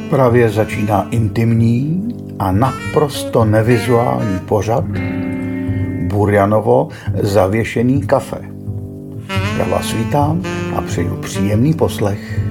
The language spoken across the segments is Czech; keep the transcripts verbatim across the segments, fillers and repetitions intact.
Právě začíná intimní a naprosto nevizuální pořad Burjanovo zavěšený kafe. Já vás vítám a přeju příjemný poslech.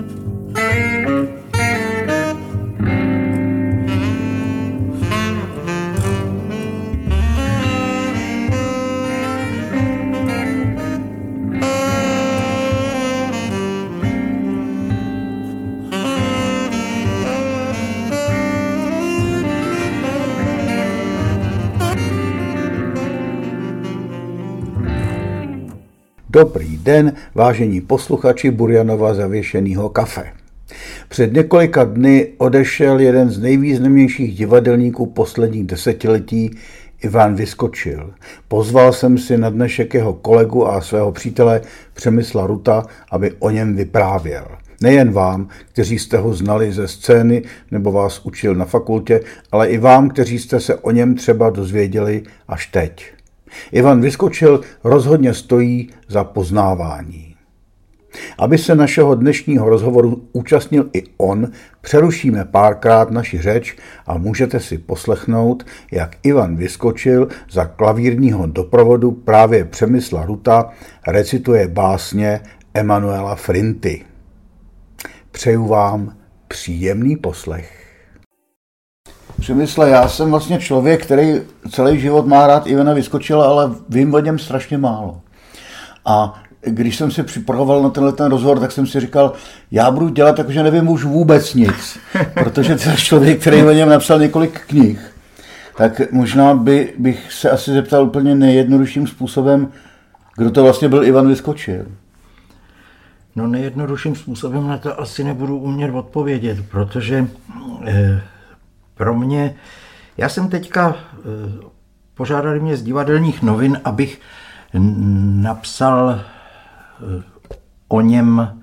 Dobrý den, vážení posluchači Burjanova zavěšenýho kafe. Před několika dny odešel jeden z nejvýznamnějších divadelníků posledních desetiletí, Ivan Vyskočil. Pozval jsem si na dnešek jeho kolegu a svého přítele Přemysla Ruta, aby o něm vyprávěl. Nejen vám, kteří jste ho znali ze scény nebo vás učil na fakultě, ale i vám, kteří jste se o něm třeba dozvěděli až teď. Ivan Vyskočil rozhodně stojí za poznávání. Aby se našeho dnešního rozhovoru účastnil i on, přerušíme párkrát naši řeč a můžete si poslechnout, jak Ivan Vyskočil za klavírního doprovodu právě Přemysla Ruta recituje básně Emanuela Frinty. Přeju vám příjemný poslech. Přemysle, já jsem vlastně člověk, který celý život má rád Ivana Vyskočila, ale vím o něm strašně málo. A když jsem si připravoval na tenhle ten rozhovor, tak jsem si říkal, já budu dělat jako, že nevím už vůbec nic, protože to je člověk, který o něm napsal několik knih. Tak možná by, bych se asi zeptal úplně nejjednodušším způsobem, kdo to vlastně byl Ivan Vyskočil. No nejjednodušším způsobem na to asi nebudu umět odpovědět, protože eh, pro mě, já jsem teďka, eh, požádali mě z divadelních novin, abych napsal eh, o něm,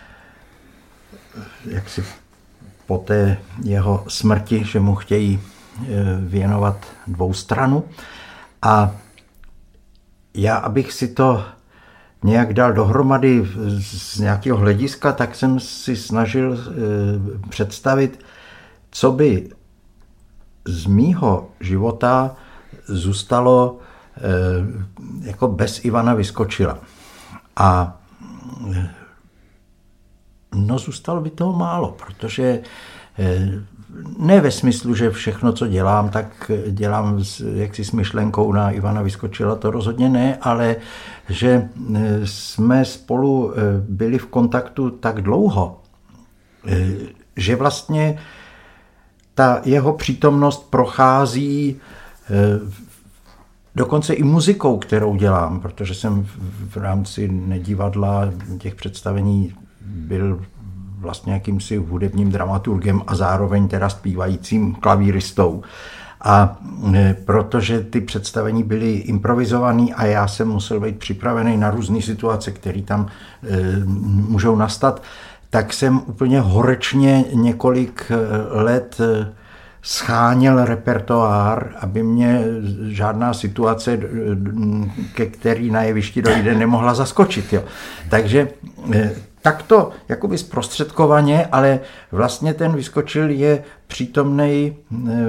jak si po té jeho smrti, že mu chtějí eh, věnovat dvoustranu. A já, abych si to nějak dal dohromady z nějakého hlediska, tak jsem si snažil e, představit, co by z mýho života zůstalo e, jako bez Ivana Vyskočila. A e, no zůstalo by toho málo, protože e, ne ve smyslu, že všechno, co dělám, tak dělám jaksi s myšlenkou na Ivana Vyskočila, to rozhodně ne, ale že jsme spolu byli v kontaktu tak dlouho, že vlastně ta jeho přítomnost prochází dokonce i muzikou, kterou dělám, protože jsem v rámci nedivadla těch představení byl vlastně jakýmsi hudebním dramaturgem a zároveň teda zpívajícím klavíristou. A protože ty představení byly improvizované a já jsem musel být připravený na různé situace, které tam e, můžou nastat, tak jsem úplně horečně několik let scháněl repertoár, aby mě žádná situace, ke který na jevišti dojde, nemohla zaskočit. Jo. Takže e, takto jakoby zprostředkovaně, ale vlastně ten Vyskočil je přítomnej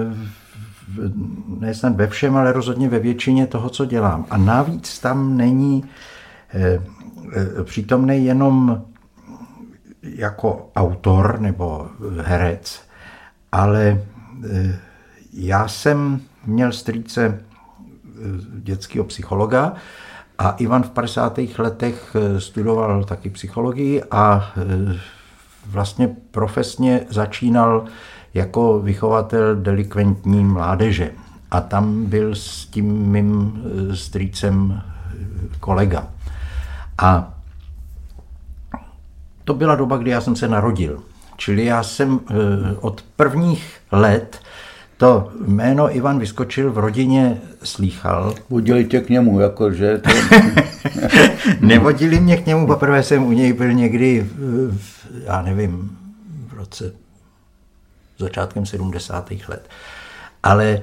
ne snad ve všem, ale rozhodně ve většině toho, co dělám. A navíc tam není přítomnej jenom jako autor nebo herec, ale já jsem měl strýce dětského psychologa a Ivan v padesátých letech studoval taky psychologii a vlastně profesně začínal jako vychovatel delikventní mládeže. A tam byl s tím mým strýcem kolega. A to byla doba, kdy já jsem se narodil. Čili já jsem od prvních let to jméno Ivan Vyskočil v rodině slýchal. Vodili tě k němu, jakože? To... Nevodili mě k němu, poprvé jsem u něj byl někdy, já nevím, v roce začátkem sedmdesátých let. Ale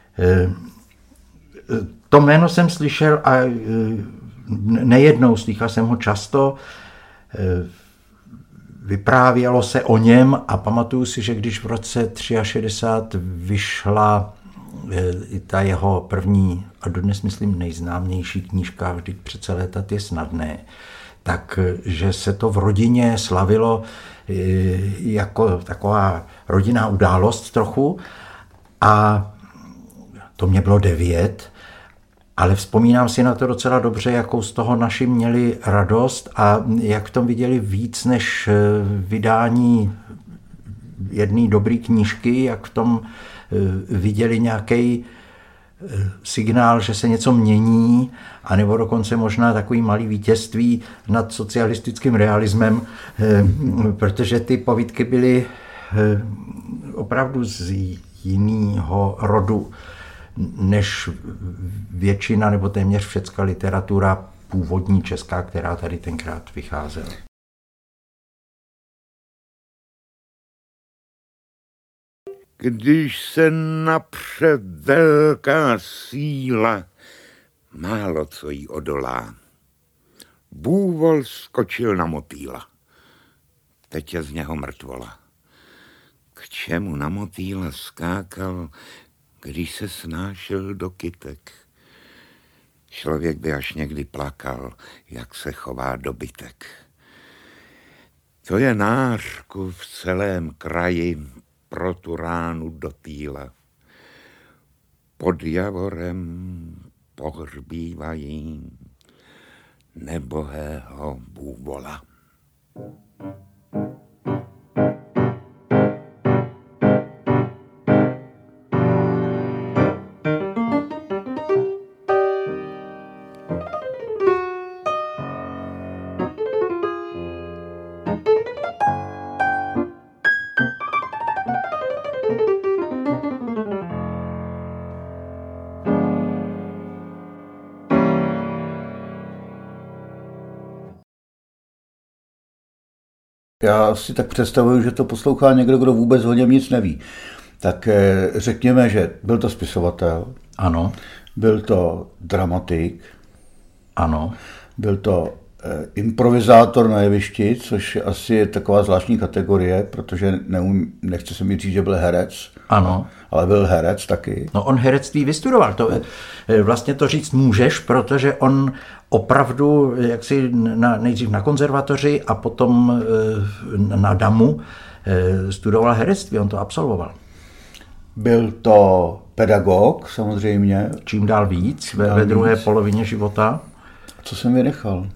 to jméno jsem slyšel a nejednou, slychal jsem ho často. vyprávělo se o něm a pamatuju si, že když v roce šedesát tři vyšla ta jeho první a dodnes myslím nejznámější knížka Vždyť přece létat je snadné, tak že se to v rodině slavilo jako taková rodinná událost trochu a to mě bylo devět, ale vzpomínám si na to docela dobře, jakou z toho naši měli radost a jak v tom viděli víc než vydání jedné dobré knížky, jak v tom viděli nějaký signál, že se něco mění, anebo dokonce možná takový malý vítězství nad socialistickým realismem, protože ty povídky byly opravdu z jiného rodu než většina nebo téměř všecká literatura původní česká, která tady tenkrát vycházela. Když se napře velká síla, málo co jí odolá. Bůvol skočil na motýla. Teď je z něho mrtvola. K čemu na motýla skákal, když se snášel do kytek? Člověk by až někdy plakal, jak se chová dobytek. To je nářku v celém kraji pro tu ránu do týla. Pod javorem pohřbívají nebohého bůvola. Já si tak představuju, že to poslouchá někdo, kdo vůbec o něm nic neví. Tak řekněme, že byl to spisovatel. Ano. Byl to dramatik. Ano. Byl to improvizátor na jevišti, což asi je taková zvláštní kategorie, protože neum, nechce se mi říct, že byl herec. Ano. Ale byl herec taky. No on herectví vystudoval. To, vlastně to říct můžeš, protože on opravdu jaksi na, nejdřív na konzervatoři a potom na Damu studoval herectví. On to absolvoval. Byl to pedagog samozřejmě. Čím dál víc ve, ve druhé polovině života. Co jsem vynechal?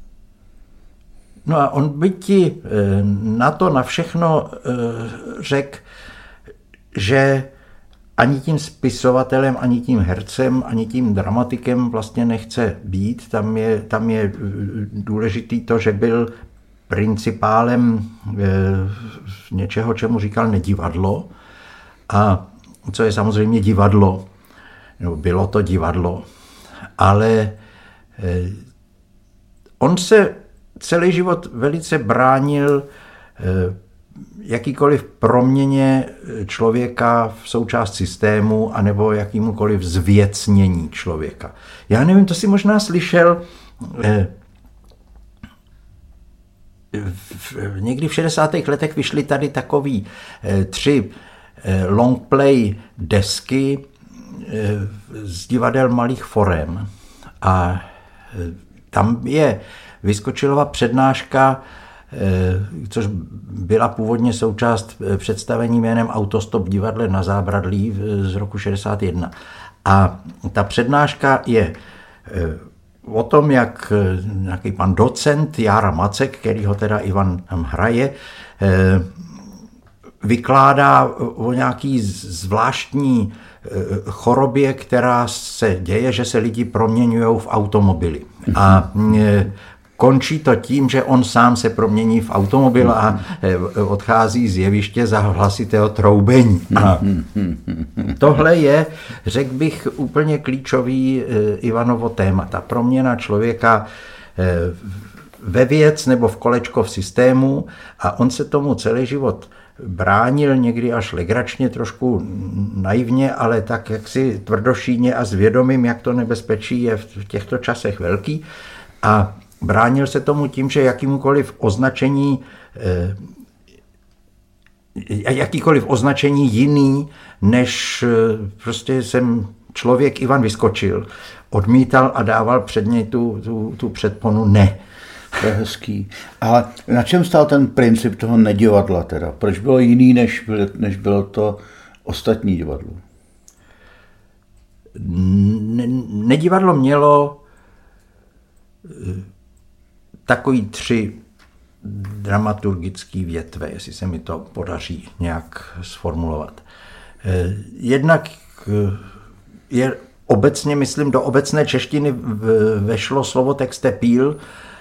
No a on by ti na to, na všechno řekl, že ani tím spisovatelem, ani tím hercem, ani tím dramatikem vlastně nechce být. Tam je, tam je důležitý to, že byl principálem něčeho, čemu říkal nedivadlo. A co je samozřejmě divadlo, no, bylo to divadlo, ale on se celý život velice bránil jakýkoliv proměně člověka v součást systému anebo jakýmukoliv zvěcnění člověka. Já nevím, to si možná slyšel někdy v šedesátých letech vyšly tady takový tři long play desky z divadel malých forem a tam je Vyskočilova přednáška, což byla původně součást představení jménem Autostop v divadle na Zábradlí z roku šedesát jedna. A ta přednáška je o tom, jak nějaký pan docent Jára Macek, který ho teda Ivan hraje, vykládá o nějaký zvláštní chorobě, která se děje, že se lidi proměňují v automobily. A končí to tím, že on sám se promění v automobil a odchází z jeviště za hlasitého troubení. A tohle je, řekl bych, úplně klíčový Ivanovo téma. Ta proměna člověka ve věc nebo v kolečko v systému a on se tomu celý život bránil, někdy až legračně, trošku naivně, ale tak jaksi tvrdošíně a s vědomím, jak to nebezpečí je v těchto časech velký. A bránil se tomu tím, že jakýmkoliv označení jakýkoliv označení jiný, než prostě jsem člověk Ivan Vyskočil, odmítal a dával před něj tu, tu, tu předponu ne. To je hezký. A na čem stál ten princip toho nedivadla teda? Proč bylo jiný, než, bylo, než bylo to ostatní divadlo? Ne, nedivadlo mělo takový tři dramaturgické větve, jestli se mi to podaří nějak sformulovat. Jednak je obecně, myslím, do obecné češtiny vešlo slovo textepíl,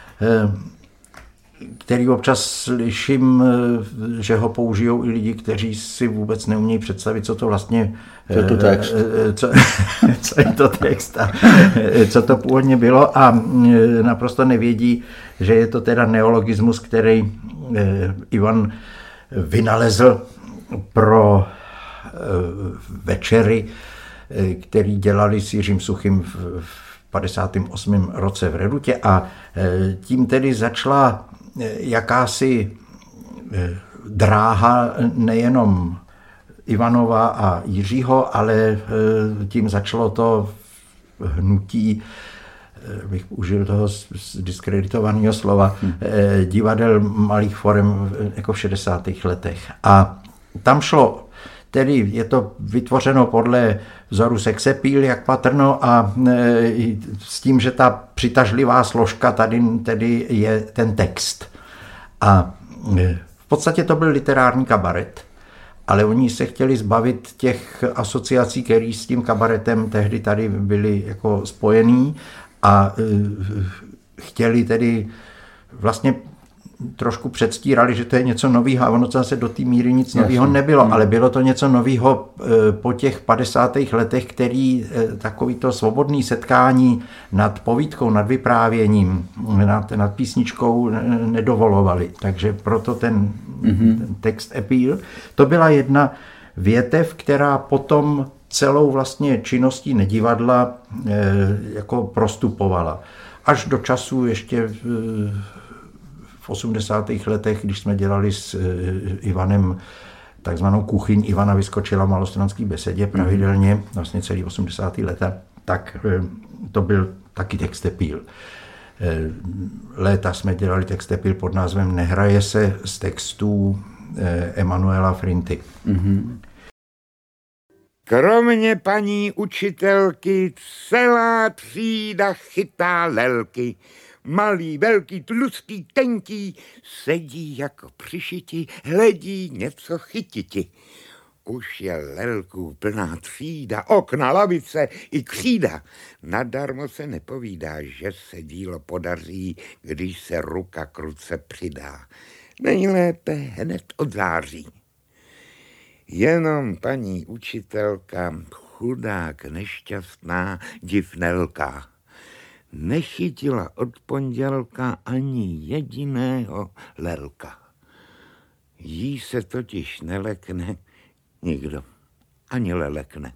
který občas slyším, že ho použijou i lidi, kteří si vůbec neumějí představit, co to vlastně co je to text, co, co je to text a co to původně bylo, a naprosto nevědí, že je to teda neologismus, který Ivan vynalezl pro večery, který dělali s Jiřím Suchým v padesátém osmém roce v Redutě, a tím tedy začala jakási dráha nejenom Ivanova a Jiřího, ale tím začalo to hnutí, bych užil toho diskreditovaného slova, divadel malých forem jako v šedesátých letech. A tam šlo, tedy je to vytvořeno podle vzoru sexepíl, jak patrno, a s tím, že ta přitažlivá složka tady tedy je ten text. A v podstatě to byl literární kabaret, ale oni se chtěli zbavit těch asociací, které s tím kabaretem tehdy tady byly jako spojený, a chtěli tedy vlastně trošku předstírali, že to je něco nového, a ono to zase do té míry nic nového nebylo, hmm. ale bylo to něco nového po těch padesátých letech, který takovýto svobodný setkání nad povídkou, nad vyprávěním, nad, nad písničkou nedovolovali. Takže proto ten, hmm. ten text epíl. To byla jedna větev, která potom celou vlastně činností nedivadla jako prostupovala. Až do času ještě v osmdesátých letech, když jsme dělali s Ivanem takzvanou kuchyň Ivana Vyskočila v Malostranské besedě pravidelně, vlastně celý osmdesátá léta, tak to byl taky textepíl. Léta jsme dělali textepíl pod názvem Nehraje se z textů Emanuela Frinty. Mm-hmm. Kromě paní učitelky celá třída chytá lelky. Malý, velký, tlustý, tenký, sedí jako přišiti, hledí něco chytiti. Už je lelků plná třída, okna, lavice i křída. Nadarmo se nepovídá, že se dílo podaří, když se ruka k ruce přidá. Nejlépe hned od září. Jenom paní učitelka, chudák nešťastná, divnelka, nechytila od pondělka ani jediného lelka. Jí se totiž nelekne nikdo, ani lelekne.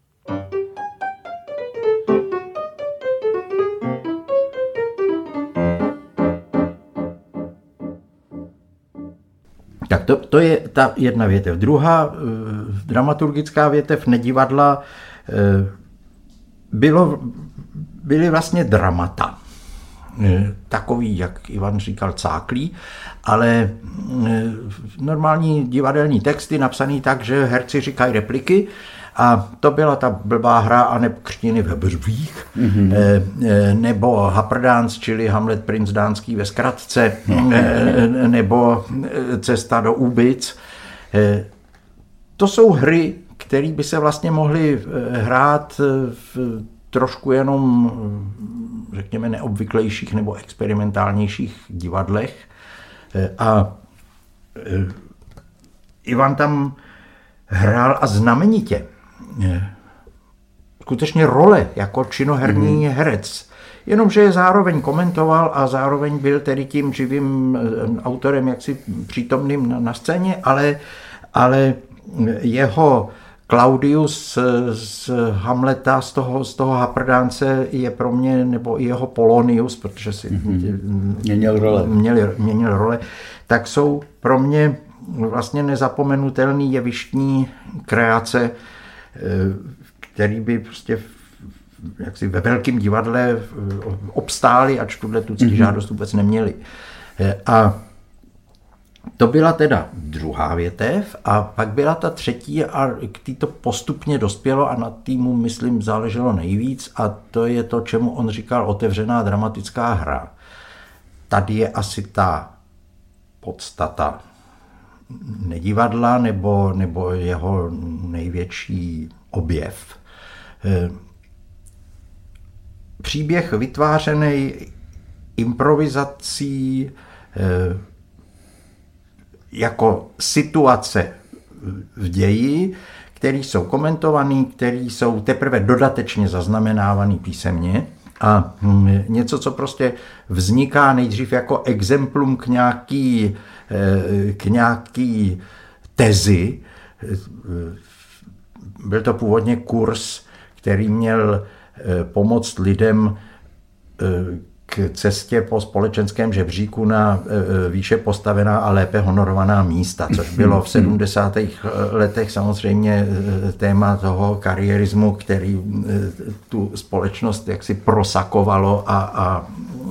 Tak to, to je ta jedna větev. Druhá eh, dramaturgická větev nedivadla eh, bylo, byly vlastně dramata. Eh, takový, jak Ivan říkal, cáklý, ale eh, normální divadelní texty napsaný tak, že herci říkají repliky, a to byla ta blbá hra Aneb Křtiny v Hebřích, mm-hmm. e, nebo Happerdance, čili Hamlet princ dánský ve zkratce, e, nebo Cesta do Úbic. E, to jsou hry, které by se vlastně mohly hrát v trošku jenom, řekněme, neobvyklejších nebo experimentálnějších divadlech. E, a e, Ivan tam hrál a znamenitě. Skutečně role jako činoherní herec. Jenomže je zároveň komentoval a zároveň byl tedy tím živým autorem jaksi přítomným na, na scéně, ale, ale jeho Claudius z Hamleta, z toho, z toho Happerdánce je pro mě, nebo i jeho Polonius, protože si mm-hmm. měnil role. Měli, měnil role, tak jsou pro mě vlastně nezapomenutelný jevištní kreace, který by prostě jaksi ve velkém divadle obstáli, ač tuhle tu ctižádost vůbec neměli. A to byla teda druhá větev a pak byla ta třetí a k té to postupně dospělo a na týmu, myslím, záleželo nejvíc a to je to, čemu on říkal otevřená dramatická hra. Tady je asi ta podstata nedivadla nebo, nebo jeho největší objev. Příběh vytvářený improvizací jako situace v ději, které jsou komentované, které jsou teprve dodatečně zaznamenávané písemně a něco, co prostě vzniká nejdřív jako exemplum k nějaký, k nějaký tezi. Byl to původně kurz, který měl pomoct lidem k cestě po společenském žebříku na výše postavená a lépe honorovaná místa, což bylo v sedmdesátých letech samozřejmě téma toho kariérismu, který tu společnost jaksi prosakovalo a, a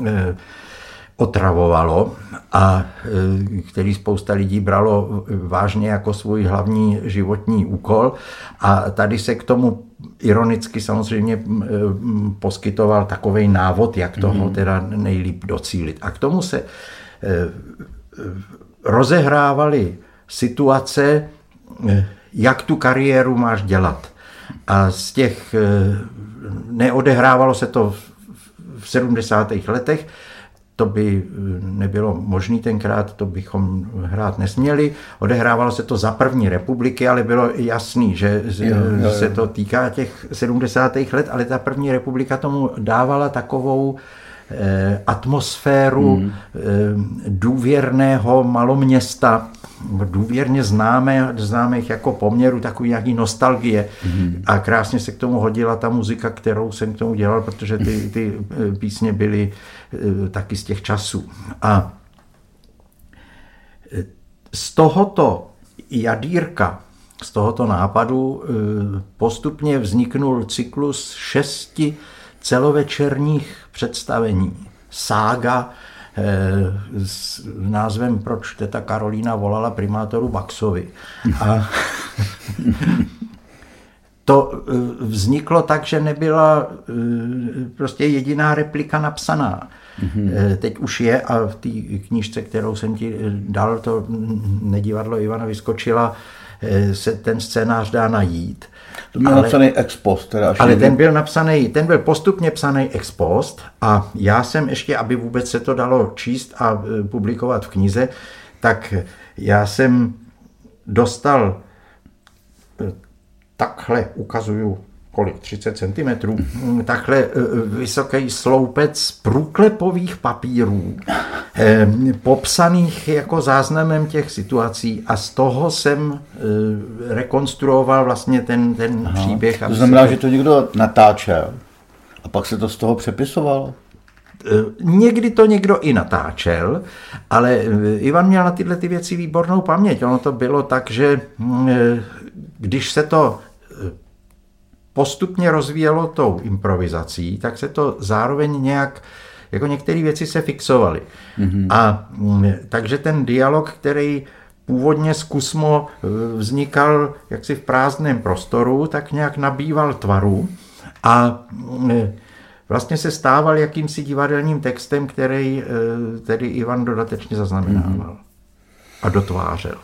otravovalo a který spousta lidí bralo vážně jako svůj hlavní životní úkol a tady se k tomu ironicky samozřejmě poskytoval takovej návod, jak toho teda nejlíp docílit. A k tomu se rozehrávaly situace, jak tu kariéru máš dělat. A z těch neodehrávalo se to v sedmdesátých letech, to by nebylo možné tenkrát, to bychom hrát nesměli. Odehrávalo se to za první republiky, ale bylo jasný, že jo, jo, jo. se to týká těch sedmdesátých let, ale ta první republika tomu dávala takovou eh, atmosféru mm. eh, důvěrného maloměsta, důvěrně známé, známých jako poměru, takový nějaký nostalgie. Mm. A krásně se k tomu hodila ta muzika, kterou jsem k tomu dělal, protože ty, ty písně byly taky z těch časů. A z tohoto jadírka, z tohoto nápadu postupně vzniknul cyklus šesti celovečerních představení. Sága s názvem Proč teta Karolína volala primátoru Baxovi. A to vzniklo tak, že nebyla prostě jediná replika napsaná. Mm-hmm. Teď už je a v té knížce, kterou jsem ti dal, to Nedivadlo Ivana Vyskočila, se ten scénář dá najít. To byl ale, napsaný ex post. Teda ale někdy... ten byl napsaný, ten byl postupně psaný ex post a já jsem ještě, aby vůbec se to dalo číst a publikovat v knize, tak já jsem dostal takhle, ukazuju kolik, třicet centimetrů, takhle vysoký sloupec průklepových papírů, eh, popsaných jako záznamem těch situací a z toho jsem eh, rekonstruoval vlastně ten, ten příběh. To znamená, to... že to někdo natáčel a pak se to z toho přepisovalo? Někdy to někdo i natáčel, ale Ivan měl na tyhle ty věci výbornou paměť. Ono to bylo tak, že když se to postupně rozvíjelo tou improvizací, tak se to zároveň nějak, jako některé věci se fixovaly. Mm-hmm. A takže ten dialog, který původně zkusmo vznikal jaksi v prázdném prostoru, tak nějak nabýval tvaru a vlastně se stával jakýmsi divadelním textem, který tedy Ivan dodatečně zaznamenával mm-hmm. a dotvářel.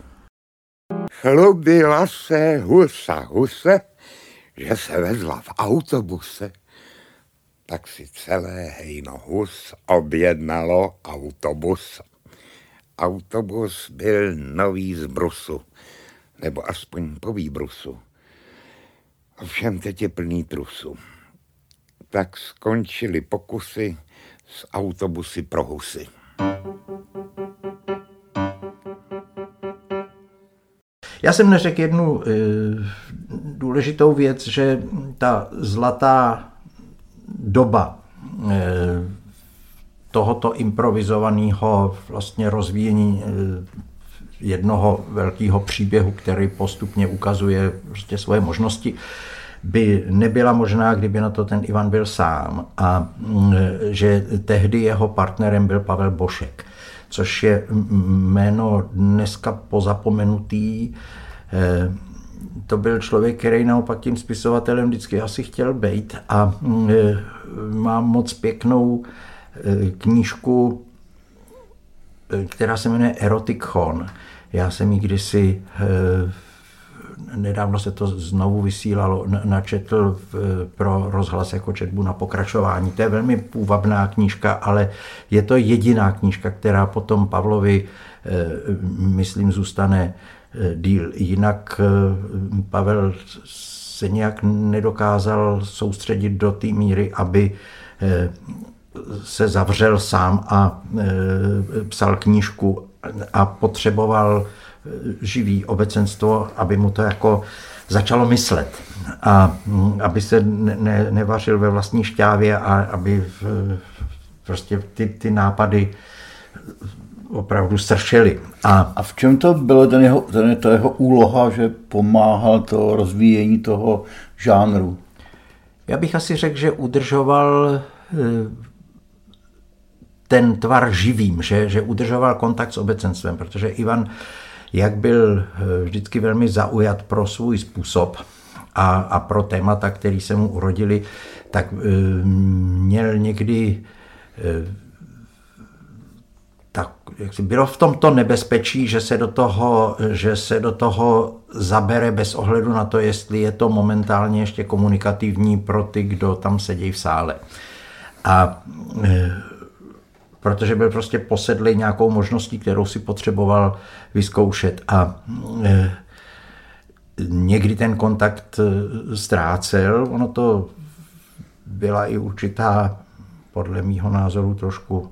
Chlubila se husa huse, že se vezla v autobuse, tak si celé hejno hus objednalo autobus. Autobus byl nový z brusu, nebo aspoň po výbrusu. Ovšem teď je plný trusu. Tak skončily pokusy s autobusy pro husy. Já jsem neřekl jednu e, důležitou věc, že ta zlatá doba tohoto improvizovaného vlastně rozvíjení jednoho velkého příběhu, který postupně ukazuje prostě svoje možnosti, by nebyla možná, kdyby na to ten Ivan byl sám a že tehdy jeho partnerem byl Pavel Bošek, což je jméno dneska pozapomenutý. To byl člověk, který naopak tím spisovatelem vždycky asi chtěl být a má moc pěknou knížku, která se jmenuje Erotikon. Já jsem ji kdysi, nedávno se to znovu vysílalo, načetl pro rozhlas jako četbu na pokračování. To je velmi půvabná knížka, ale je to jediná knížka, která potom Pavlovi, myslím, zůstane díl. Jinak Pavel se nějak nedokázal soustředit do té míry, aby se zavřel sám a psal knížku a potřeboval živý obecenstvo, aby mu to jako začalo myslet a aby se ne, nevařil ve vlastní šťávě a aby prostě ty, ty nápady opravdu sršely. A, a v čem to bylo ten jeho, ten, to jeho úloha, že pomáhal to rozvíjení toho žánru? Já bych asi řekl, že udržoval ten tvar živým, že, že udržoval kontakt s obecenstvem, protože Ivan, jak byl vždycky velmi zaujat pro svůj způsob a, a pro témata, které se mu urodili, tak měl někdy tak, jak si bylo v tomto nebezpečí, že se do toho, že se do toho zabere bez ohledu na to, jestli je to momentálně ještě komunikativní pro ty, kdo tam sedí v sále. A e, protože byl prostě posedlý nějakou možností, kterou si potřeboval vyzkoušet a e, někdy ten kontakt ztrácel. Ono to byla i určitá, podle mýho názoru, trošku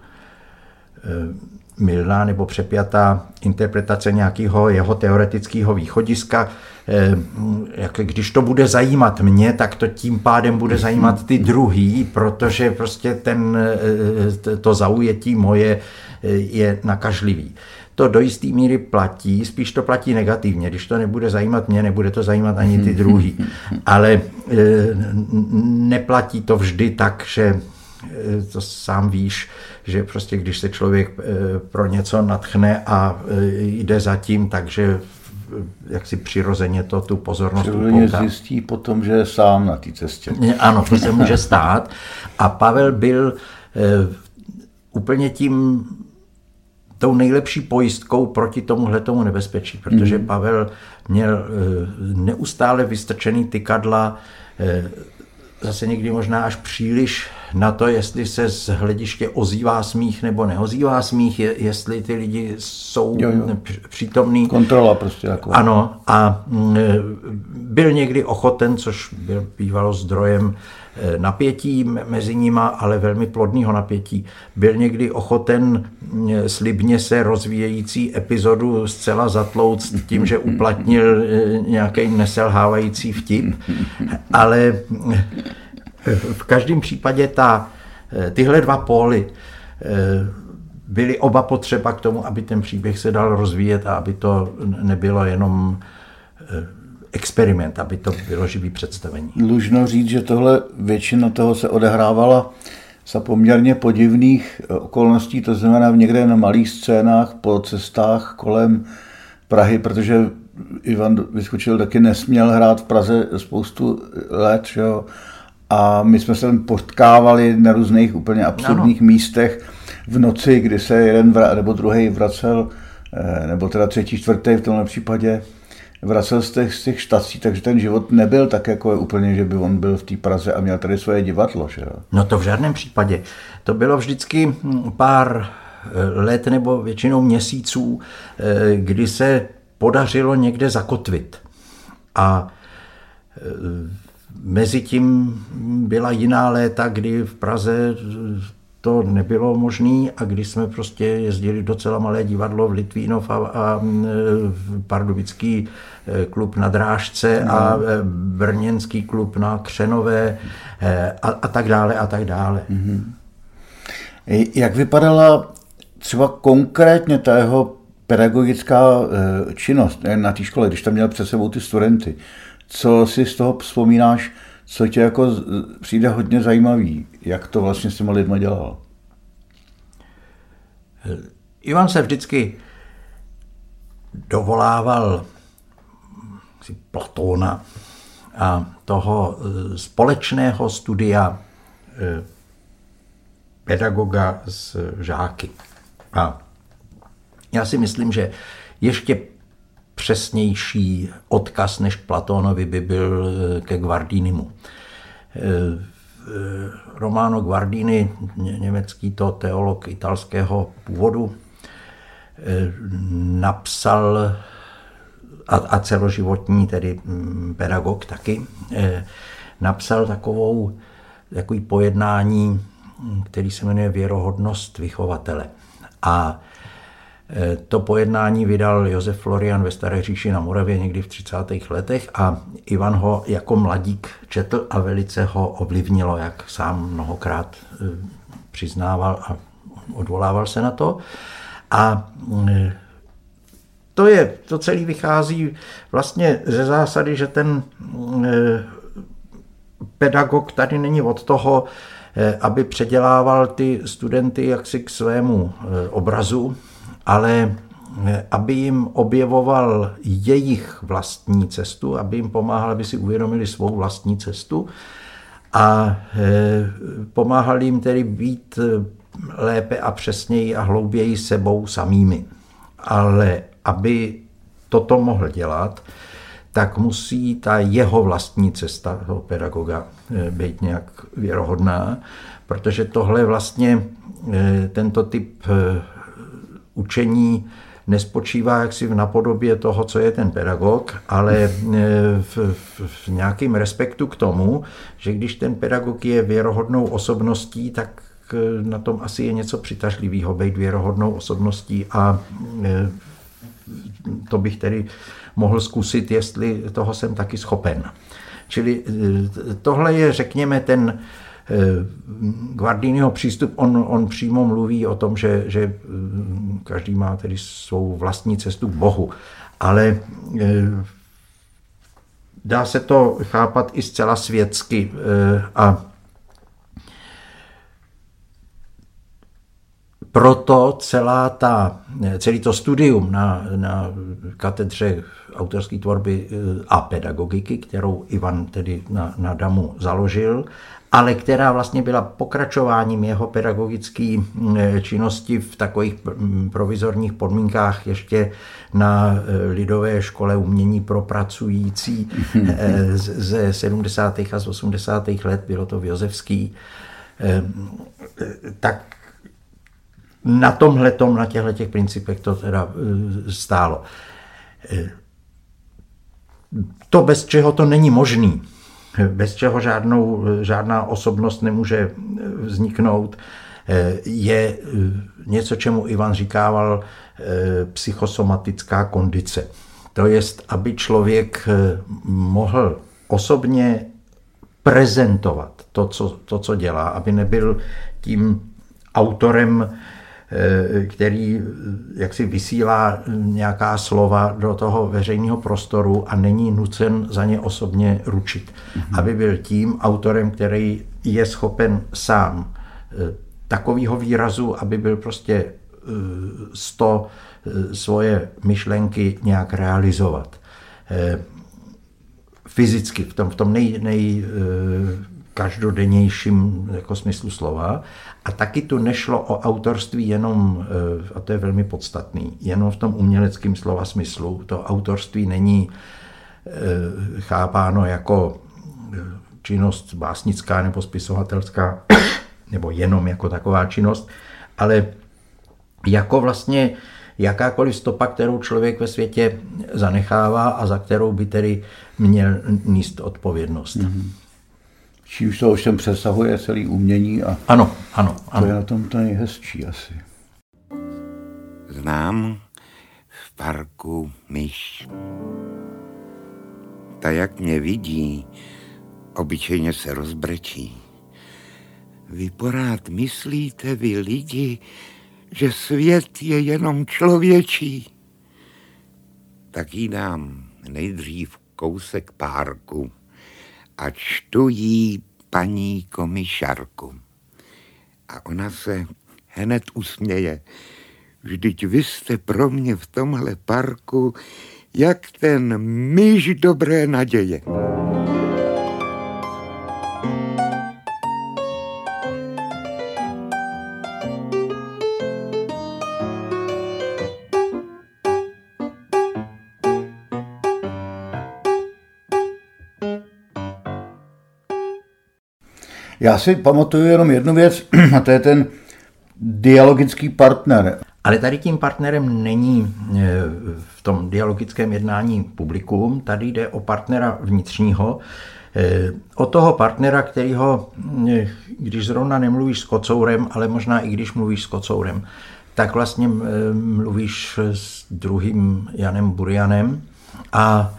e, mylná nebo přepjatá interpretace nějakého jeho teoretického východiska. Jak když to bude zajímat mě, tak to tím pádem bude zajímat ty druhý, protože prostě ten, to zaujetí moje je nakažlivý. To do jisté míry platí, spíš to platí negativně. Když to nebude zajímat mě, nebude to zajímat ani ty druhý. Ale neplatí to vždy tak, že to sám víš, že prostě když se člověk pro něco natchne a jde za tím, takže jak si přirozeně to tu pozornost upoutá. Zjistí potom, že je sám na té cestě. Ano, to se může stát. A Pavel byl úplně tím tou nejlepší pojistkou proti tomuhletomu nebezpečí, protože Pavel měl neustále vystrčený tykadla, zase někdy možná až příliš na to, jestli se z hlediště ozývá smích nebo neozývá smích, je, jestli ty lidi jsou jo, jo. přítomní. Kontrola prostě taková. Ano, a byl někdy ochoten, což byl bývalo zdrojem napětí mezi nima, ale velmi plodného napětí. Byl někdy ochoten slibně se rozvíjející epizodu zcela zatlouct tím, že uplatnil nějaký neselhávající vtip, ale v každém případě ta, tyhle dva póly byly oba potřeba k tomu, aby ten příběh se dal rozvíjet a aby to nebylo jenom experiment, aby to bylo živý představení. Dlužno říct, že tohle většina toho se odehrávala za poměrně podivných okolností, to znamená někde na malých scénách po cestách kolem Prahy, protože Ivan Vyskočil taky nesměl hrát v Praze spoustu let, že jo? A my jsme se potkávali na různých úplně absurdních ano. místech v noci, kdy se jeden vra, nebo druhý vracel, nebo teda třetí, čtvrtý v tomhle případě, vracel z těch, z těch štací, takže ten život nebyl tak jako úplně, že by on byl v té Praze a měl tady svoje divadlo. Že jo? No to v žádném případě. To bylo vždycky pár let nebo většinou měsíců, kdy se podařilo někde zakotvit. A mezi tím byla jiná léta, kdy v Praze to nebylo možné a když jsme prostě jezdili docela malé divadlo v Litvínov a, a pardubický klub na Drážce no. a brněnský klub na Křenové a, a tak dále a tak dále. Mm-hmm. Jak vypadala třeba konkrétně ta jeho pedagogická činnost na té škole, když tam měl před sebou ty studenty? Co si z toho vzpomínáš, co tě jako přijde hodně zajímavý? Jak to vlastně s těma lidma dělal? Ivan se vždycky dovolával si Platóna a toho společného studia pedagoga s žáky. A já si myslím, že ještě přesnější odkaz než k Platónovi by byl ke Guardinimu. Romano Guardini, německý to teolog italského původu, napsal a, a celoživotní tedy pedagog taky, napsal takovou, takový pojednání, který se jmenuje Věrohodnost vychovatele. A to pojednání vydal Josef Florian ve Staré říši na Moravě někdy v třicátých letech a Ivan ho jako mladík četl a velice ho ovlivnilo, jak sám mnohokrát přiznával a odvolával se na to. A to je, to celé vychází vlastně ze zásady, že ten pedagog tady není od toho, aby předělával ty studenty jaksi k svému obrazu, ale aby jim objevoval jejich vlastní cestu, aby jim pomáhal, aby si uvědomili svou vlastní cestu a pomáhal jim tedy být lépe a přesněji a hlouběji sebou samými. Ale aby toto mohl dělat, tak musí ta jeho vlastní cesta toho pedagoga být nějak věrohodná, protože tohle vlastně tento typ učení nespočívá jaksi v napodobě toho, co je ten pedagog, ale v, v, v nějakém respektu k tomu, že když ten pedagog je věrohodnou osobností, tak na tom asi je něco přitažlivého být věrohodnou osobností a to bych tedy mohl zkusit, jestli toho jsem taky schopen. Čili tohle je, řekněme, ten Guardiniho přístup, on, on přímo mluví o tom, že, že každý má tedy svou vlastní cestu k Bohu, ale dá se to chápat i zcela světsky a proto celá ta, celý to studium na, na katedře autorské tvorby a pedagogiky, kterou Ivan tedy na, na Damu založil, ale která vlastně byla pokračováním jeho pedagogické činnosti v takových provizorních podmínkách ještě na Lidové škole umění pro pracující ze sedmdesátých a z osmdesátých let, bylo to v Josefský, tak na tomhletom, na těchto těch principech to teda stálo. To, bez čeho to není možný, bez čeho žádnou, žádná osobnost nemůže vzniknout, je něco, čemu Ivan říkával psychosomatická kondice. To jest, aby člověk mohl osobně prezentovat to, co, to, co dělá, aby nebyl tím autorem, který jaksi vysílá nějaká slova do toho veřejného prostoru a není nucen za ně osobně ručit. Mm-hmm. Aby byl tím autorem, který je schopen sám takového výrazu, aby byl prostě sto svoje myšlenky nějak realizovat. Fyzicky, v tom, v tom nej, nej každodennějším jako smyslu slova. A taky tu nešlo o autorství jenom, a to je velmi podstatný, jenom v tom uměleckém slova smyslu. To autorství není chápáno jako činnost básnická nebo spisovatelská, nebo jenom jako taková činnost, ale jako vlastně jakákoliv stopa, kterou člověk ve světě zanechává a za kterou by tedy měl nést odpovědnost. Mm-hmm. Čímž to ovšem přesahuje celý umění a ano, ano, ano. To je na tom to nejhezčí asi. Znám v parku myš. Ta jak mě vidí, obyčejně se rozbrečí. Vy porád myslíte, vy lidi, že svět je jenom člověčí. Tak jí dám nejdřív kousek párku a čtu jí paní komisarku. A ona se hned usměje. Vždyť vy jste pro mě v tomhle parku jak ten myš dobré naděje. Já si pamatuju jenom jednu věc, a to je ten dialogický partner. Ale tady tím partnerem není v tom dialogickém jednání publikum, tady jde o partnera vnitřního, o toho partnera, kterýho, když zrovna nemluvíš s kocourem, ale možná i když mluvíš s kocourem, tak vlastně mluvíš s druhým Janem Burianem a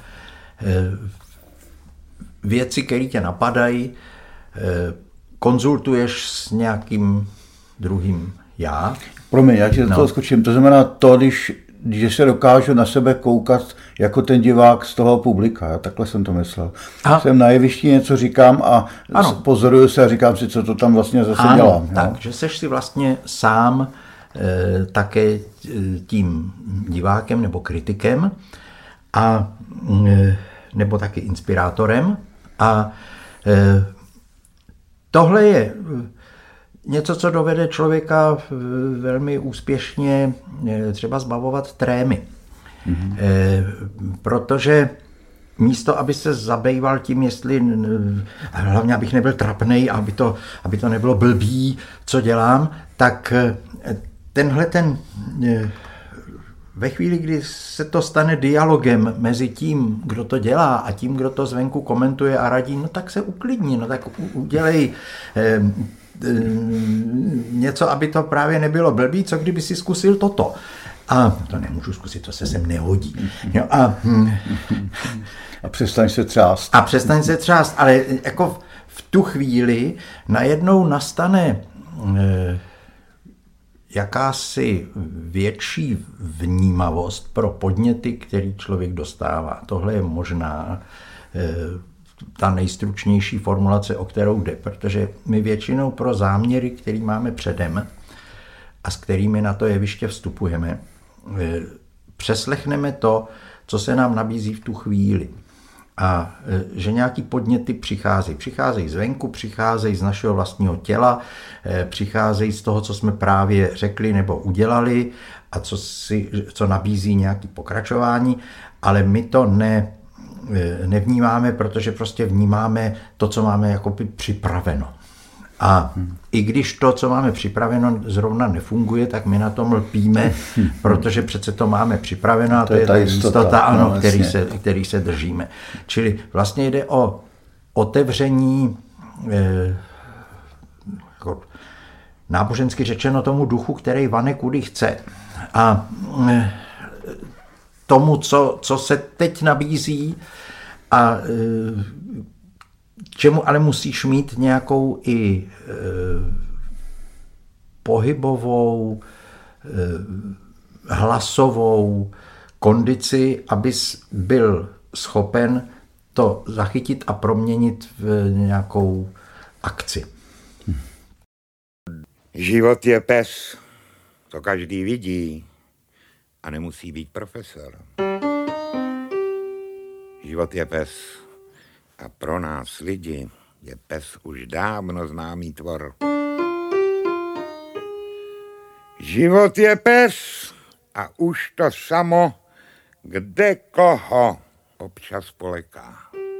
věci, které tě napadají, konzultuješ s nějakým druhým já. Promiň, já ti do toho no. skočím. To znamená to, když, když se dokážu na sebe koukat jako ten divák z toho publika. Já takhle jsem to myslel. Aha. Jsem na jevišti, něco říkám a ano. pozoruju se a říkám si, co to tam vlastně zase ano, dělám. Takže seš si vlastně sám e, také tím divákem nebo kritikem a e, nebo taky inspirátorem a e, tohle je něco, co dovede člověka velmi úspěšně třeba zbavovat trémy. Mm-hmm. E, protože místo, aby se zabýval tím, jestli, hlavně abych nebyl trapnej, aby to, aby to nebylo blbý, co dělám, tak tenhle ten, ve chvíli, kdy se to stane dialogem mezi tím, kdo to dělá a tím, kdo to zvenku komentuje a radí, no tak se uklidni, no tak udělej eh, něco, aby to právě nebylo blbý, co kdyby si zkusil toto. A to nemůžu zkusit, to se sem nehodí. Jo, a, a přestaň se třást. A přestaň se třást, ale jako v tu chvíli najednou nastane eh, jakási větší vnímavost pro podněty, který člověk dostává. Tohle je možná eh, ta nejstručnější formulace, o kterou jde, protože my většinou pro záměry, který máme předem a s kterými na to jeviště vstupujeme, přeslechneme to, co se nám nabízí v tu chvíli. A že nějaký podněty přicházejí. Přicházejí zvenku, přicházejí z našeho vlastního těla, přicházejí z toho, co jsme právě řekli nebo udělali a co, si, co nabízí nějaké pokračování, ale my to ne nevnímáme, protože prostě vnímáme to, co máme jakoby připraveno. A hmm. i když to, co máme připraveno, zrovna nefunguje, tak my na tom lpíme, protože přece to máme připraveno a to, to je ta jistota, jistota ano, no, který, se, který se držíme. Čili vlastně jde o otevření eh, jako nábožensky řečeno tomu duchu, který vane kudy chce. A eh, tomu, co, co se teď nabízí a e, čemu ale musíš mít nějakou i e, pohybovou, e, hlasovou kondici, abys byl schopen to zachytit a proměnit v nějakou akci. Život je pes, to každý vidí. A nemusí být profesor. Život je pes. A pro nás lidi je pes už dávno známý tvor. Život je pes a už to samo kde koho občas poleká.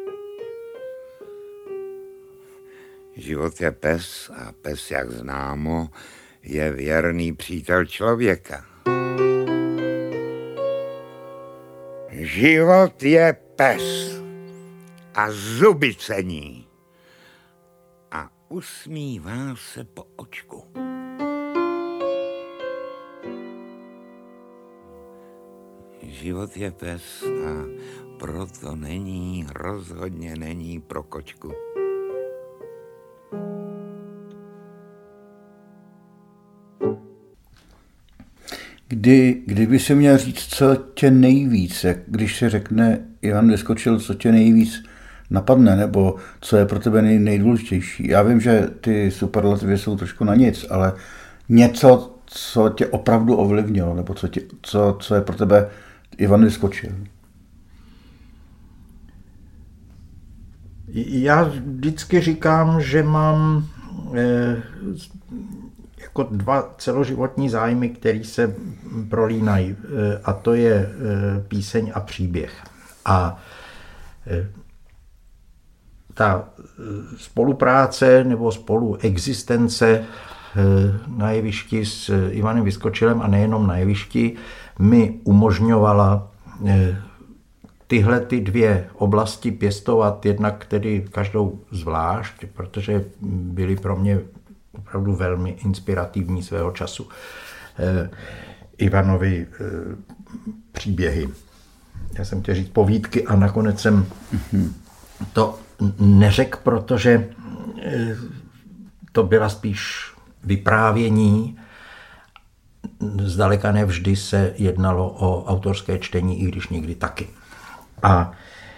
Život je pes a pes, jak známo, je věrný přítel člověka. Život je pes a zuby cení. usmívá se po očku. Život je pes a proto není, rozhodně není pro kočku. Kdy, kdyby si měl říct, co tě nejvíc, jak když se řekne Ivan Vyskočil, co tě nejvíc napadne, nebo co je pro tebe nej, nejdůležitější. Já vím, že ty superlativy jsou trošku na nic, ale něco, co tě opravdu ovlivnilo, nebo co, tě, co, co je pro tebe Ivan Vyskočil. Já vždycky říkám, že mám eh, jako dva celoživotní zájmy, které se prolínají, eh, a to je eh, píseň a příběh. A eh, ta spolupráce nebo spoluexistence na jevišti s Ivanem Vyskočilem a nejenom na jevišti mi umožňovala tyhle ty dvě oblasti pěstovat, jednak tedy každou zvlášť, protože byly pro mě opravdu velmi inspirativní svého času. Ivanovi příběhy. Já jsem chtěl říct povídky a nakonec jsem to neřekl, protože to byla spíš vyprávění. Zdaleka nevždy se jednalo o autorské čtení, i když někdy taky. A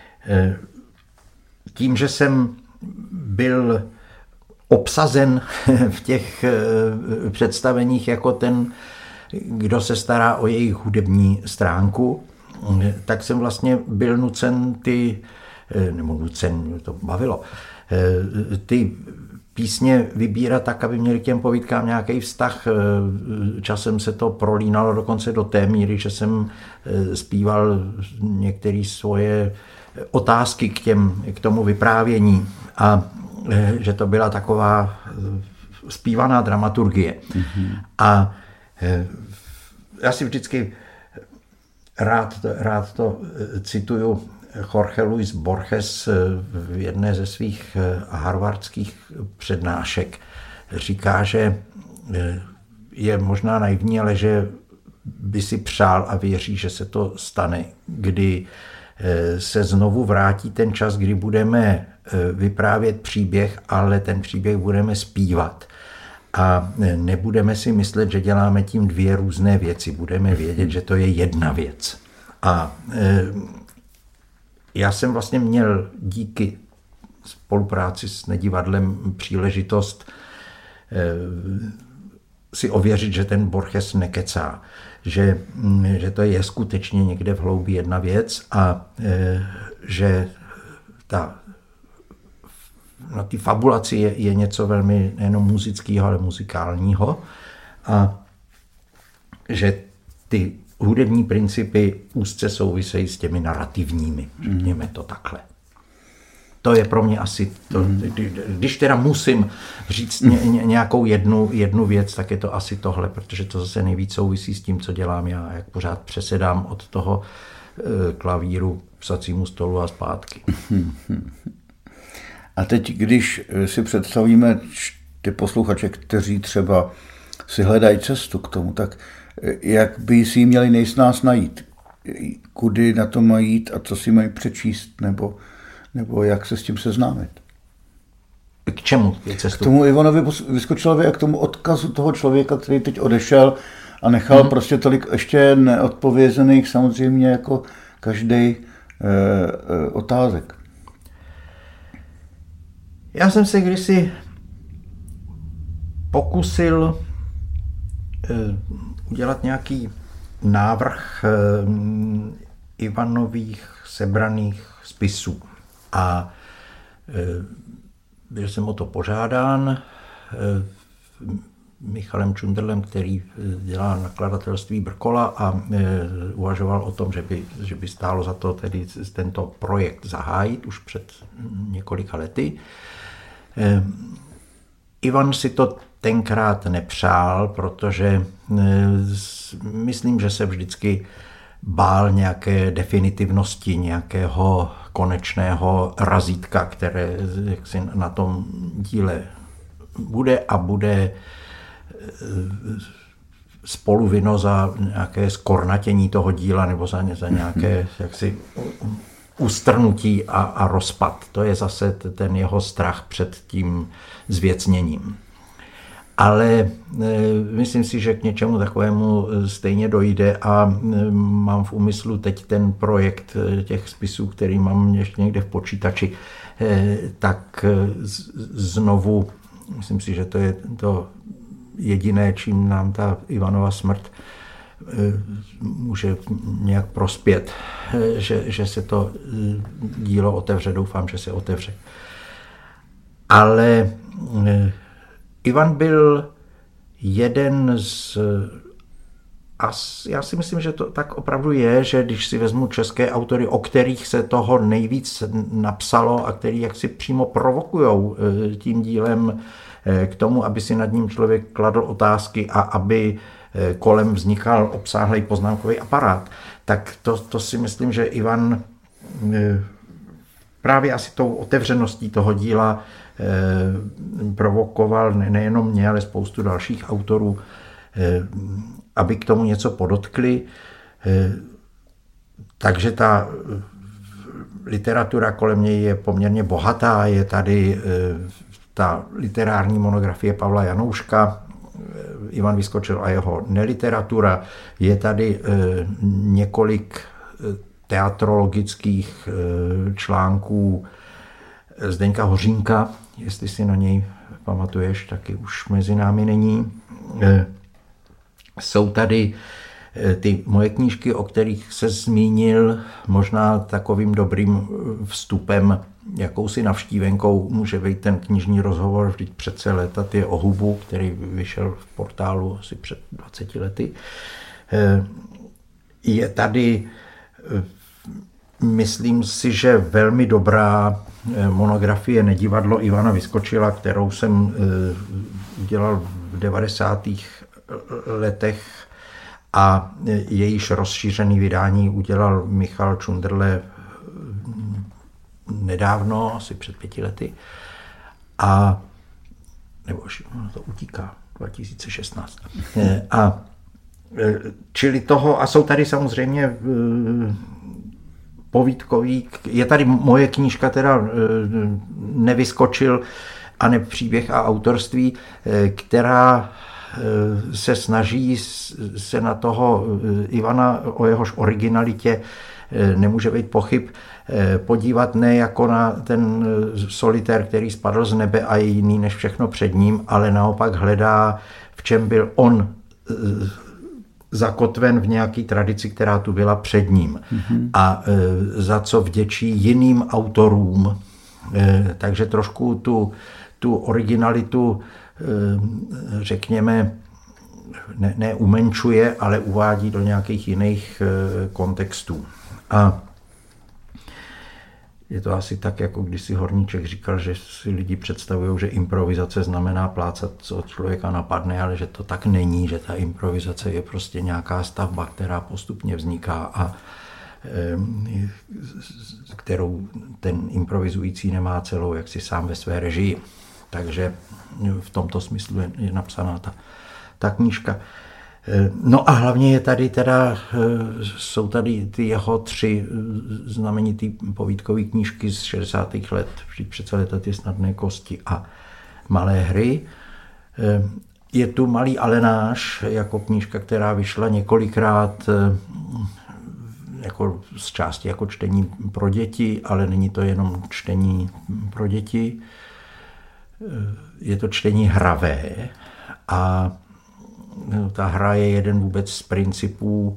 tím, že jsem byl obsazen v těch představeních jako ten, kdo se stará o jejich hudební stránku, tak jsem vlastně byl nucen ty, nebo nucen, mě to bavilo, ty písně vybírat tak, aby měli k těm povídkám nějaký vztah. Časem se to prolínalo dokonce do té míry, že jsem zpíval některé svoje otázky k, těm, k tomu vyprávění a že to byla taková zpívaná dramaturgie. Mm-hmm. A já si vždycky rád, rád to cituju. Jorge Luis Borges v jedné ze svých harvardských přednášek říká, že je možná naivní, ale že by si přál a věří, že se to stane, kdy se znovu vrátí ten čas, kdy budeme vyprávět příběh, ale ten příběh budeme zpívat. A nebudeme si myslet, že děláme tím dvě různé věci. Budeme vědět, že to je jedna věc. A já jsem vlastně měl díky spolupráci s Nedivadlem příležitost si ověřit, že ten Borges nekecá, že, že to je skutečně někde v hloubi jedna věc a že ta, na té fabulaci je, je něco velmi nejenom muzického, ale muzikálního a že ty hudební principy úzce souvisejí s těmi narrativními, řekněme to takhle. To je pro mě asi, to, když teda musím říct ně, nějakou jednu, jednu věc, tak je to asi tohle, protože to zase nejvíc souvisí s tím, co dělám já, jak pořád přesedám od toho klavíru k psacímu stolu a zpátky. A teď, když si představíme ty posluchače, kteří třeba si hledají cestu k tomu, tak jak by si ji měli nejsnáz najít? Kudy na to mají jít a co si mají přečíst, nebo, nebo jak se s tím seznámit? K čemu je cestu? K tomu Ivanovi Vyskočilovi a k tomu odkazu toho člověka, který teď odešel a nechal hmm. prostě tolik ještě neodpovězených, samozřejmě jako každý e, e, otázek. Já jsem se kdysi pokusil e, udělat nějaký návrh e, Ivanových sebraných spisů. A e, byl jsem o to požádán e, Michalem Čundrlem, který dělá nakladatelství Brkola a e, uvažoval o tom, že by, že by stálo za to tedy tento projekt zahájit už před několika lety. E, Ivan si to tenkrát nepřál, protože e, myslím, že se vždycky bál nějaké definitivnosti, nějakého konečného razítka, které jaksi na tom díle bude a bude spoluvino za nějaké zkornatění toho díla nebo za, za nějaké jaksi ustrnutí a, a rozpad. To je zase ten jeho strach před tím zvěcněním. Ale e, myslím si, že k něčemu takovému stejně dojde a e, mám v úmyslu teď ten projekt těch spisů, který mám ještě někde v počítači, e, tak e, z, znovu, myslím si, že to je to jediné, čím nám ta Ivanova smrt e, může nějak prospět, e, že, že se to dílo otevře, doufám, že se otevře. Ale e, Ivan byl jeden z... A já si myslím, že to tak opravdu je, že když si vezmu české autory, o kterých se toho nejvíc napsalo a který jaksi přímo provokujou tím dílem k tomu, aby si nad ním člověk kladl otázky a aby kolem vznikal obsáhlý poznámkový aparát, tak to, to si myslím, že Ivan právě asi tou otevřeností toho díla provokoval nejenom mě, ale spoustu dalších autorů, aby k tomu něco podotkli. Takže ta literatura kolem něj je poměrně bohatá. Je tady ta literární monografie Pavla Janouška, Ivan Vyskočil a jeho neliteratura. Je tady několik teatrologických článků Zdeňka Hořínka, jestli si na něj pamatuješ, taky už mezi námi není. Jsou tady ty moje knížky, o kterých se zmínil, možná takovým dobrým vstupem, jakousi navštívenkou může být ten knižní rozhovor, vždyť přece Létat je o hubu, který vyšel v Portálu asi před dvaceti lety. Je tady, myslím si, že velmi dobrá monografie Nedivadlo Ivana Vyskočila, kterou jsem udělal v devadesátých letech a jejíž rozšířený vydání udělal Michal Čundrle nedávno, asi před pěti lety. A nebo to utíká, dva tisíce šestnáct. A čili toho, a jsou tady samozřejmě povídkový, je tady moje knížka, teda Nevyskočil a ne příběh a autorství, která se snaží se na toho Ivana, o jehož originalitě nemůže být pochyb, podívat ne jako na ten solitér, který spadl z nebe a je jiný než všechno před ním, ale naopak hledá, v čem byl on zakotven v nějaký tradici, která tu byla před ním. Mm-hmm. A za co vděčí jiným autorům. Takže trošku tu, tu originalitu, řekněme, ne, ne umenčuje, ale uvádí do nějakých jiných kontextů. A je to asi tak, jako když si Horníček říkal, že si lidi představují, že improvizace znamená plácat, co od člověka napadne, ale že to tak není, že ta improvizace je prostě nějaká stavba, která postupně vzniká a kterou ten improvizující nemá celou, jak si sám ve své režii. Takže v tomto smyslu je, je napsaná ta, ta knížka. No a hlavně je tady teda, jsou tady ty jeho tři znamenitý povídkové knížky z šedesátých let, vždyť přece Létat je snadné kosti a Malé hry. Je tu Malý Alenáš jako knížka, která vyšla několikrát jako z části jako čtení pro děti, ale není to jenom čtení pro děti. Je to čtení hravé a ta hra je jeden vůbec z principů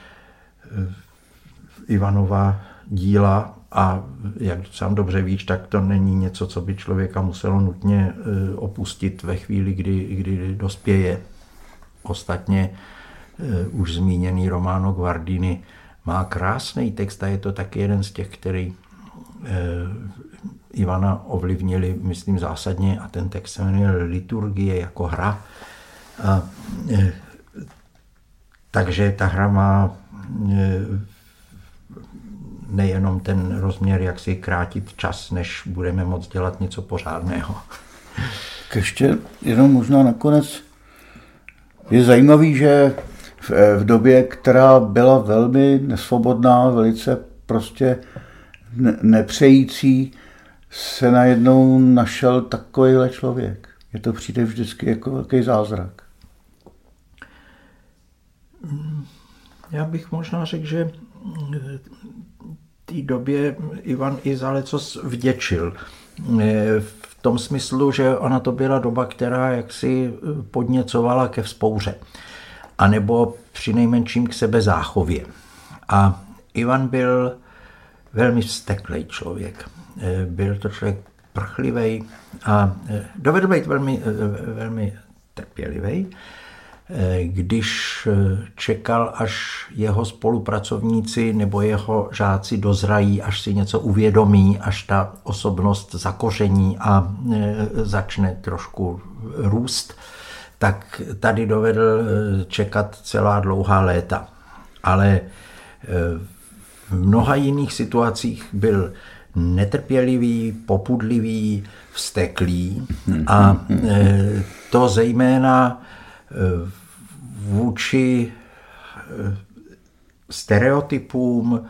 Ivanova díla a jak sám dobře víš, tak to není něco, co by člověka muselo nutně opustit ve chvíli, kdy, kdy dospěje. Ostatně už zmíněný Romano Guardini má krásný text a je to taky jeden z těch, který Ivana ovlivnili, myslím, zásadně, a ten text se jmenuje Liturgie jako hra. A, e, takže ta hra má e, nejenom ten rozměr, jak si krátit čas, než budeme moct dělat něco pořádného. Tak ještě jenom možná nakonec je zajímavý, že v, v době, která byla velmi nesvobodná, velice prostě ne, nepřející, se najednou našel takovýhle člověk. Je to přijde vždycky jako velký zázrak. Já bych možná řekl, že té době Ivan i za lecos vděčil. V tom smyslu, že ona to byla doba, která jaksi podněcovala ke vzpouře. A nebo přinejmenším k sebezáchově. A Ivan byl velmi vzteklý člověk. Byl to člověk prchlivý a dovedl být velmi, velmi trpělivý. Když čekal, až jeho spolupracovníci nebo jeho žáci dozrají, až si něco uvědomí, až ta osobnost zakoření a začne trošku růst, tak tady dovedl čekat celá dlouhá léta. Ale v mnoha jiných situacích byl netrpělivý, popudlivý, vzteklý a to zejména vůči stereotypům,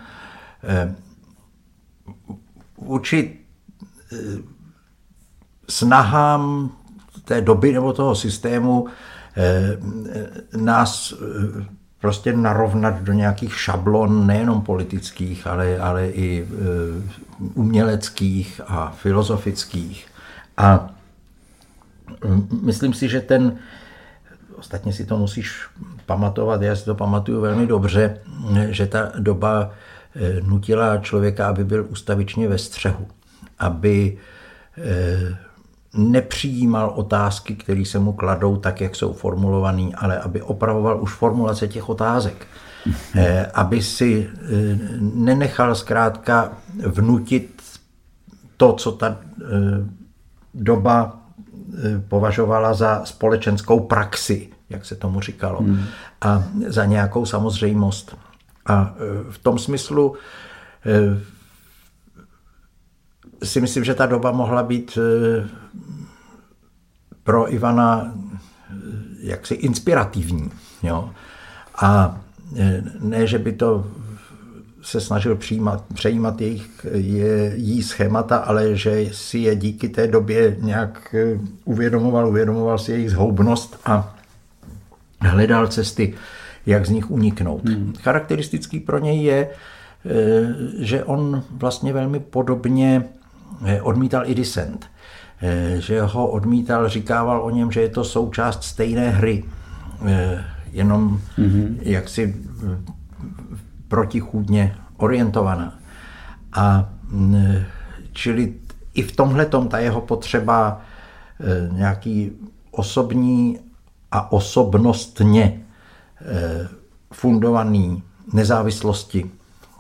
vůči snahám té doby nebo toho systému nás prostě narovnat do nějakých šablon, nejenom politických, ale, ale i uměleckých a filozofických. A myslím si, že ten, ostatně si to musíš pamatovat, já si to pamatuju velmi dobře, že ta doba nutila člověka, aby byl ustavičně ve střehu, aby nepřijímal otázky, které se mu kladou tak, jak jsou formulované, ale aby opravoval už formulace těch otázek. Aby si nenechal zkrátka vnutit to, co ta doba považovala za společenskou praxi, jak se tomu říkalo, hmm. a za nějakou samozřejmost. A v tom smyslu si myslím, že ta doba mohla být pro Ivana jaksi inspirativní. Jo? A ne, že by to se snažil přijímat, přejímat jejich, je, jí schémata, ale že si je díky té době nějak uvědomoval, uvědomoval si jejich zhoubnost a hledal cesty, jak z nich uniknout. Hmm. Charakteristický pro něj je, že on vlastně velmi podobně odmítal i dissent. Že ho odmítal, říkával o něm, že je to součást stejné hry, jenom mm-hmm. jaksi protichůdně orientovaná. A čili i v tomhletom ta jeho potřeba nějaký osobní a osobnostně fundovaný nezávislosti,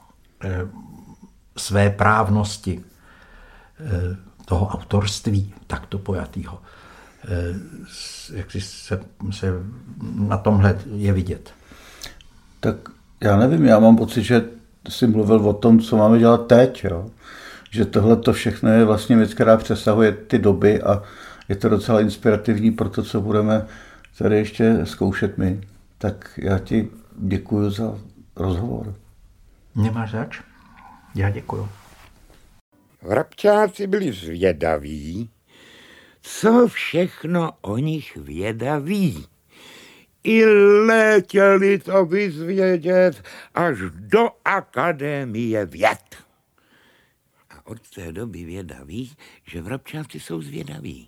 své právnosti, toho autorství, takto pojatýho. Jak si se, se na tomhle je vidět. Tak já nevím, já mám pocit, že jsi mluvil o tom, co máme dělat teď, jo? Že tohle to všechno je vlastně věc, která přesahuje ty doby a je to docela inspirativní pro to, co budeme tady ještě zkoušet my. Tak já ti děkuju za rozhovor. Nemáš zač? Já děkuju. Vrabčáci byli zvědaví, co všechno o nich vědaví. I letěli to vyzvědět až do Akademie věd. A od té doby vědaví, že vrabčáci jsou zvědaví.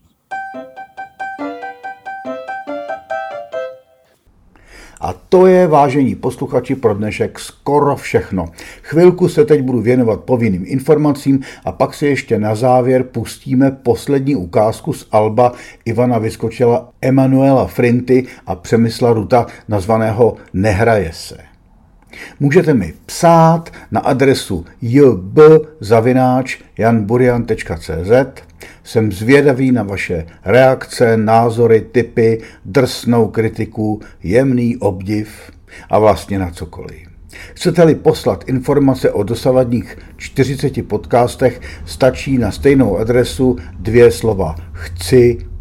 A to je, vážení posluchači, pro dnešek skoro všechno. Chvilku se teď budu věnovat povinným informacím a pak si ještě na závěr pustíme poslední ukázku z alba Ivana Vyskočila, Emanuela Frinty a Přemysla Ruta, nazvaného Nehraje se. Můžete mi psát na adresu j b zavináč jan burian tečka c z. Jsem zvědavý na vaše reakce, názory, tipy, drsnou kritiku, jemný obdiv a vlastně na cokoliv. Chcete-li poslat informace o dosavadních čtyřiceti podcastech, stačí na stejnou adresu dvě slova chci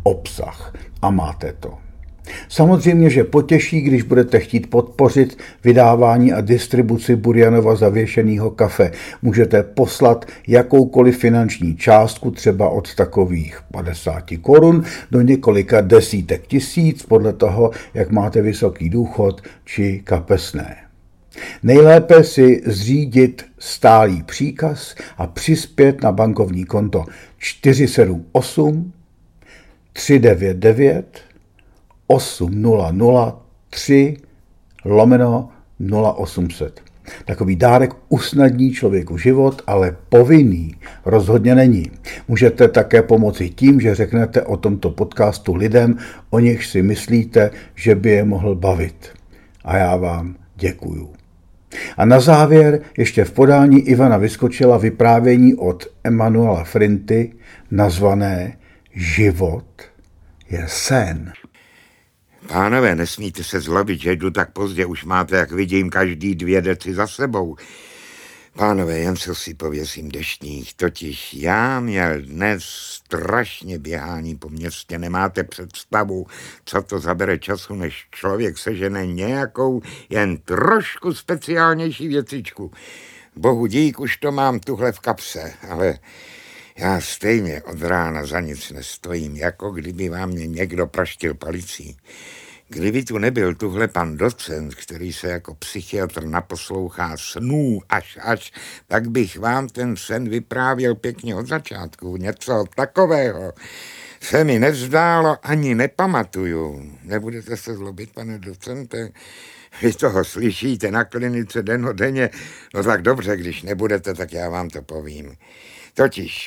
obsah. A máte to. Samozřejmě, že potěší, když budete chtít podpořit vydávání a distribuci Burjanova zavěšeného kafe. Můžete poslat jakoukoliv finanční částku, třeba od takových padesát korun do několika desítek tisíc, podle toho, jak máte vysoký důchod či kapesné. Nejlépe si zřídit stálý příkaz a přispět na bankovní konto čtyři sedm osm tři devět devět osm nula nula tři lomeno nula osm set. Takový dárek usnadní člověku život, ale povinný rozhodně není. Můžete také pomoci tím, že řeknete o tomto podcastu lidem, o nichž si myslíte, že by je mohl bavit. A já vám děkuju. A na závěr ještě v podání Ivana Vyskočila vyprávění od Emanuela Frinty nazvané Život je sen. Pánové, nesmíte se zlobit, že jdu tak pozdě, už máte, jak vidím, každý dvě deci za sebou. Pánové, jen se si pověsím deštník, totiž já měl dnes strašně běhání po městě, nemáte představu, co to zabere času, než člověk sežene nějakou jen trošku speciálnější věcičku. Bohu dík, už to mám tuhle v kapse, ale já stejně od rána za nic nestojím, jako kdyby vám mě někdo praštil palicí. Kdyby tu nebyl tuhle pan docent, který se jako psychiatr naposlouchá snů až až, tak bych vám ten sen vyprávěl pěkně od začátku. Něco takového se mi nezdálo, ani nepamatuju. Nebudete se zlobit, pane docente? Vy toho slyšíte na klinice dennodenně. No tak dobře, když nebudete, tak já vám to povím. Totiž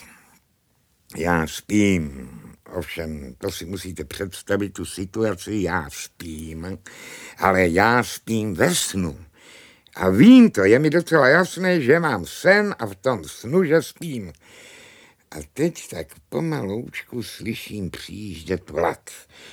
já spím, ovšem, to si musíte představit tu situaci, já spím, ale já spím ve snu. A vím to, je mi docela jasné, že mám sen a v tom snu, že spím. A teď tak pomaloučku slyším přijíždět vlak.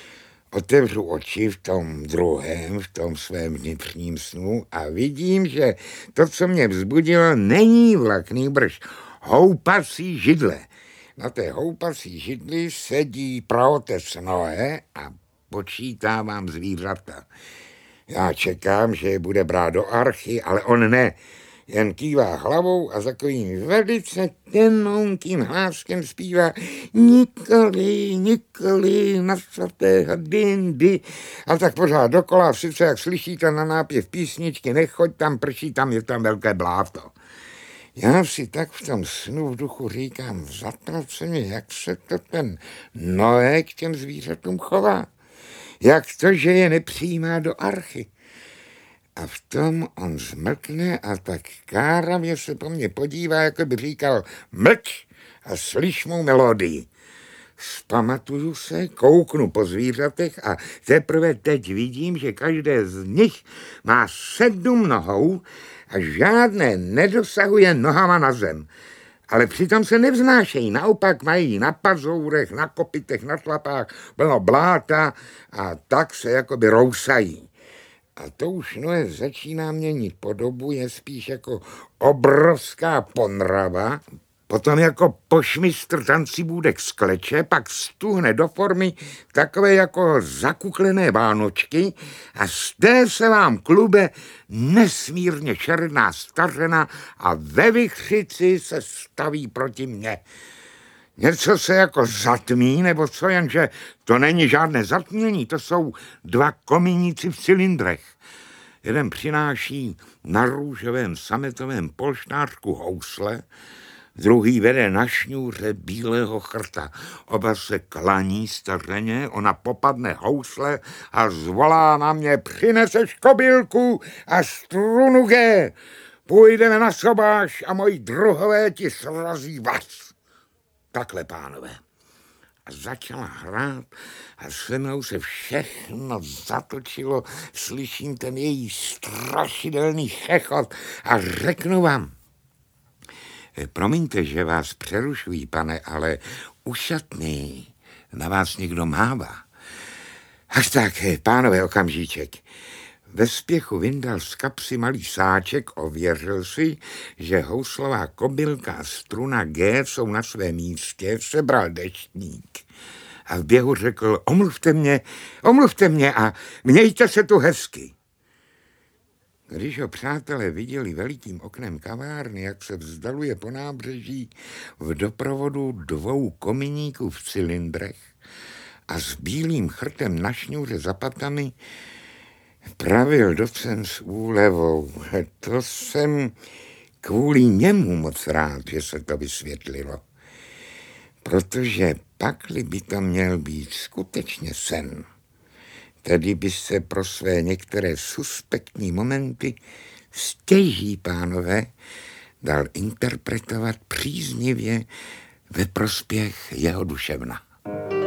Otevřu oči v tom druhém, v tom svém vnitřním snu a vidím, že to, co mě vzbudilo, není vlak, nýbrž houpací židle. Na té houpací židli sedí praotec Noé a počítá vám zvířata. Já čekám, že je bude brát do archy, ale on ne. Jen kývá hlavou a takovým velice tenonkým hláskem zpívá nikoli, nikoli, na svatého dindy. A tak pořád dokola, sice jak slyšíte na nápěv písničky, nechoď tam, prší, tam je tam velké bláto. Já si tak v tom snu v duchu říkám zatraceně, jak se to ten Noé k těm zvířatům chová. Jak to, že je nepřijímá do archy. A v tom on zmlkne a tak káravě se po mně podívá, jako by říkal mlč a slyš mou melodii. Vzpamatuju se, kouknu po zvířatech a teprve teď vidím, že každé z nich má sedm nohou a žádné nedosahuje nohama na zem. Ale přitom se nevznášejí, naopak mají na pazourech, na kopytech, na tlapách plno bláta a tak se jakoby rousají. A to už Noé začíná měnit podobu, je spíš jako obrovská ponrava, potom jako pošmistr tancibůdek z kleče, pak stuhne do formy takové jako zakuklené vánočky a z té se vám klube nesmírně černá stařena a ve vichřici se staví proti mně. Něco se jako zatmí, nebo co, jenže to není žádné zatmění, to jsou dva komíníci v cylindrech. Jeden přináší na růžovém sametovém polštářku housle, druhý vede na šňůře bílého chrta. Oba se klaní stařeně, ona popadne housle a zvolá na mě, přineseš kobylku a strunu G. Půjdeme na sobáš a moji druhové ti srazí vás. Takhle, pánové. A začala hrát a se mnou se všechno zatočilo, slyším ten její strašidelný chechot a řeknu vám, promiňte, že vás přerušují, pane, ale ušatný na vás někdo mává. Až tak, pánové, okamžíček. Ve spěchu vyndal z kapsy malý sáček, ověřil si, že houslová kobylka a struna G jsou na svém místě, sebral deštník a v běhu řekl, omluvte mě, omluvte mě a mějte se tu hezky. Když ho přátelé viděli velikým oknem kavárny, jak se vzdaluje po nábřeží v doprovodu dvou kominíků v cylindrech a s bílým chrtem na šňůře za patami, pravil docent s úlevou. To jsem kvůli němu moc rád, že se to vysvětlilo. Protože pakli by to měl být skutečně sen. Tedy by se pro své některé suspektní momenty stěží pánové dal interpretovat příznivě ve prospěch jeho duševna.